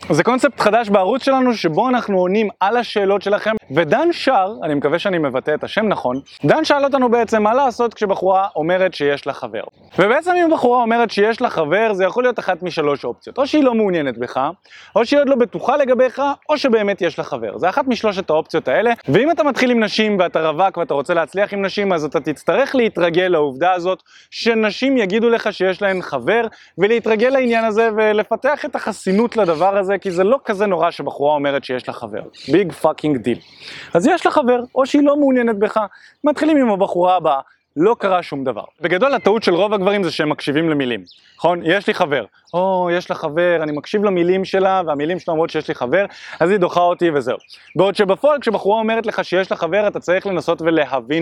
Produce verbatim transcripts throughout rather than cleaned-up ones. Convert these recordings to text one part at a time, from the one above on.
זה קונספט חדש בערוץ שלנו שבו אנחנו עונים על השאלות שלכם, ודן שר, אני מקווה שאני מבטא את השם נכון, דן שאל אותנו בעצם מה לעשות כשבחורה אומרת שיש לה חבר. ובעצם אם בחורה אומרת שיש לה חבר, זה יכול להיות אחת משלוש אופציות. או שהיא לא מעוניינת בך, או שהיא עוד לא בטוחה לגביך, או שבאמת יש לה חבר. זה אחת משלושת האופציות האלה, ואם אתה מתחיל עם נשים ואתה רווק ואתה רוצה להצליח עם נשים, אז אתה תצטרך להתרגל לעובדה הזאת שנשים יגידו לך שיש להן חבר, ולהתרגל לעניין הזה ולפתח את החסינות לדבר הזה, כי זה לא כזה נורא שבחורה אומרת שיש לה חבר. ביג פאקינג דיל. אז יש לה חבר, או שהיא לא מעוניינת בך, מתחילים עם הבחורה הבאה, לא קרה שום דבר. בגדול הטעות של רוב הגברים זה שהם מקשיבים למילים. נכון? יש לי חבר. או, יש לה חבר, אני מקשיב למילים שלה, והמילים שלה אומרות שיש לי חבר, אז היא דוחה אותי וזהו. בעוד שבפועל, כשבחורה אומרת לך שיש לה חבר, אתה צריך לנסות ולהבין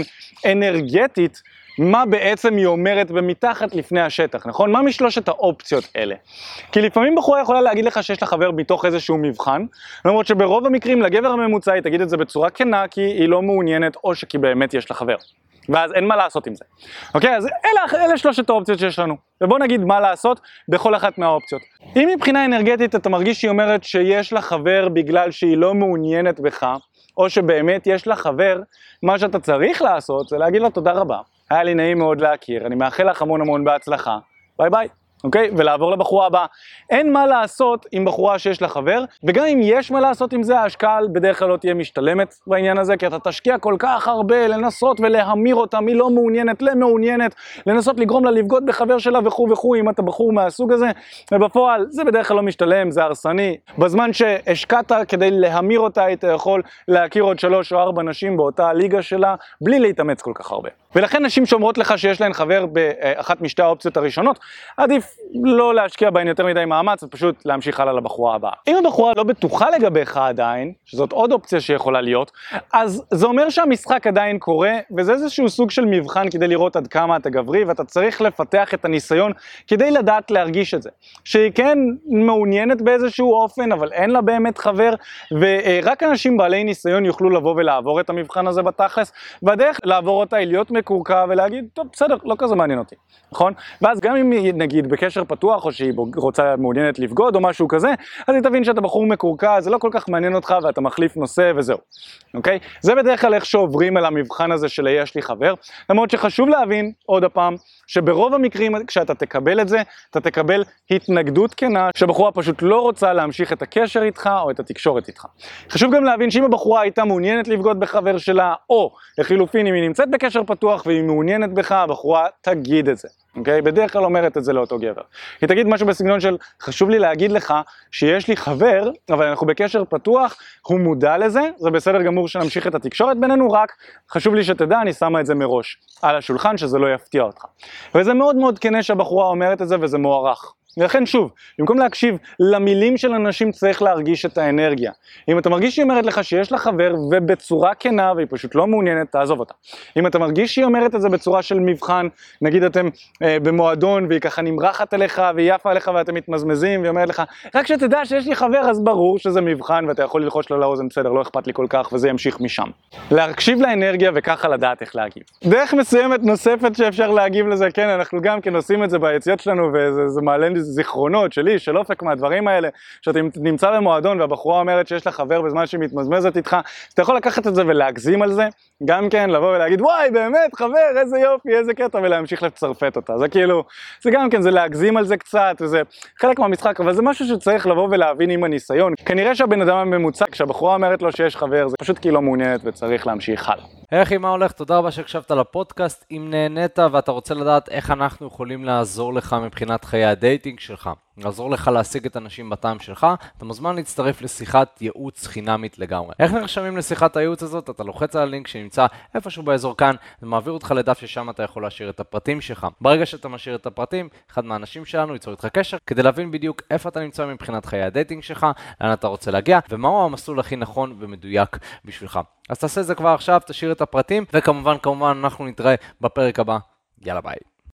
אנרגטית מה בעצם היא אומרת במתחת לפני השטח, נכון? מה משלושת האופציות אלה? כי לפעמים בחורה יכולה להגיד לך שיש לה חבר מתוך איזשהו מבחן, למרות שברוב המקרים לגבר הממוצע היא תגיד את זה בצורה כנה, כי היא לא מעוניינת או שכי באמת יש לה חבר. ואז אין מה לעשות עם זה. אוקיי? אז אלה, אלה שלושת האופציות שיש לנו. ובוא נגיד מה לעשות בכל אחת מהאופציות. אם מבחינה אנרגטית אתה מרגיש שהיא אומרת שיש לה חבר בגלל שהיא לא מעוניינת בך, או שבאמת יש לה חבר, מה שאתה צריך לעשות זה להגיד לה תודה רבה. היה לי נעים מאוד להכיר, אני מאחל לך המון המון בהצלחה. ביי ביי. אוקיי? ולעבור לבחורה הבאה. אין מה לעשות עם בחורה שיש לה חבר, וגם אם יש מה לעשות עם זה, ההשקעה בדרך כלל לא תהיה משתלמת בעניין הזה, כי אתה תשקיע כל כך הרבה לנסות ולהמיר אותה מלא מעוניינת למעוניינת, לנסות לגרום לה לבגוד בחבר שלה וכו' וכו', אם אתה בחור מהסוג הזה, ובפועל זה בדרך כלל לא משתלם, זה הרסני. בזמן שהשקעת כדי להמיר אותה, היית יכול להכיר עוד שלוש או ארבע נשים באותה הליגה שלה, בלי להתאמץ כל כך הרבה. ולכן נשים שאומרות לך שיש להן חבר באחת משתי האופציות הראשונות, עדיף לא להשקיע בהן יותר מדי מאמץ, ופשוט להמשיך הלאה לבחורה הבאה. אם הבחורה לא בטוחה לגביך עדיין, שזאת עוד אופציה שיכולה להיות, אז זה אומר שהמשחק עדיין קורה, וזה איזשהו סוג של מבחן כדי לראות עד כמה אתה גברי, ואתה צריך לפתח את הניסיון כדי לדעת להרגיש את זה. שהיא כן מעוניינת באיזשהו אופן, אבל אין לה באמת חבר, ורק אנשים בעלי ניסיון יוכלו לבוא ולעבור את המבחן הזה בתכלס, והדרך לעבור אותה היא להיות מקורקע ולהגיד, טוב, בסדר, לא כזה מעניין אותי, נכון? ואז גם אם נגיד בקשר פתוח, או שהיא רוצה מעוניינת לבגוד או משהו כזה, אז היא תבין שאתה בחור מקורקע, זה לא כל כך מעניין אותך ואתה מחליף נושא וזהו. אוקיי? זה בדרך כלל איך שעוברים על המבחן הזה של יש לי חבר, למרות שחשוב להבין עוד הפעם, שברוב המקרים כשאתה תקבל את זה, אתה תקבל התנגדות כנה, שהבחורה פשוט לא רוצה להמשיך את הקשר איתך או את התקשורת איתך. חשוב גם להבין שאם הבחורה הייתה מעוניינת לבגוד בחבר שלה, או לחילופין אם היא נמצאת בקשר פתוח והיא מעוניינת בך, הבחורה תגיד את זה. אוקיי? בדרך כלל אומרת את זה לאותו גבר. היא תגיד משהו בסגנון של, חשוב לי להגיד לך שיש לי חבר, אבל אנחנו בקשר פתוח, הוא מודע לזה, זה בסדר גמור שנמשיך את התקשורת בינינו, רק חשוב לי שתדע, אני שמה את זה מראש על השולחן, שזה לא יפתיע אותך. וזה מאוד מאוד כנה שהבחורה אומרת את זה, וזה מוערך. ולכן שוב, במקום להקשיב למילים של אנשים צריך להרגיש את האנרגיה. אם אתה מרגיש שהיא אומרת לך שיש לה חבר ובצורה כנה והיא פשוט לא מעוניינת, תעזוב אותה. אם אתה מרגיש שהיא אומרת את זה בצורה של מבחן, נגיד אתם אה, במועדון והיא ככה נמרחת אליך והיא יפה עליך ואתם מתמזמזים והיא אומרת לך, רק שתדע שיש לי חבר אז ברור שזה מבחן ואתה יכול ללחוש לו לאוזן, בסדר, לא אכפת לי כל כך וזה ימשיך משם. להקשיב לאנרגיה וככה לדעת איך להגיב. דרך מסוימת נוספת שאפשר להגיב לזה, כן, אנחנו גם כן עושים את זה ביציאות שלנו וזה זה מעלה זיכרונות שלי, של אופק מהדברים האלה, שאתה נמצא במועדון והבחורה אומרת שיש לה חבר בזמן שהיא מתמזמזת איתך, אתה יכול לקחת את זה ולהגזים על זה, גם כן לבוא ולהגיד, וואי, באמת, חבר, איזה יופי, איזה קטע, ולהמשיך לצרפת אותה. זה כאילו, זה גם כן, זה להגזים על זה קצת, וזה חלק מהמשחק, אבל זה משהו שצריך לבוא ולהבין עם הניסיון. כנראה שהבן אדם הממוצע, כשהבחורה אומרת לו שיש חבר, זה פשוט כי היא לא מעוניינת וצריך להמשיך הלאה. היי אחי, מה הולך? תודה רבה שהקשבת לפודקאסט. אם נהנית ואתה רוצה לדעת איך אנחנו יכולים לעזור לך מבחינת חיי הדייטינג שלך, לעזור לך להשיג את אנשים בטעם שלך, אתה מוזמן להצטרף לשיחת ייעוץ חינמית לגמרי. איך נרשמים לשיחת הייעוץ הזאת? אתה לוחץ על הלינק שנמצא איפשהו באזור כאן, זה מעביר אותך לדף ששם אתה יכול להשאיר את הפרטים שלך. ברגע שאתה משאיר את הפרטים, אחד מהאנשים שלנו ייצור איתך קשר, כדי להבין בדיוק איפה אתה נמצא מבחינת חיי הדייטינג שלך, לאן אתה רוצה להגיע, ומהו המסלול הכי נכון ומדויק בשבילך. אז תעשה את זה כבר עכשיו, תשאיר את הפרטים, וכמובן, כמובן, אנחנו נתראה בפרק הבא. יאללה ביי.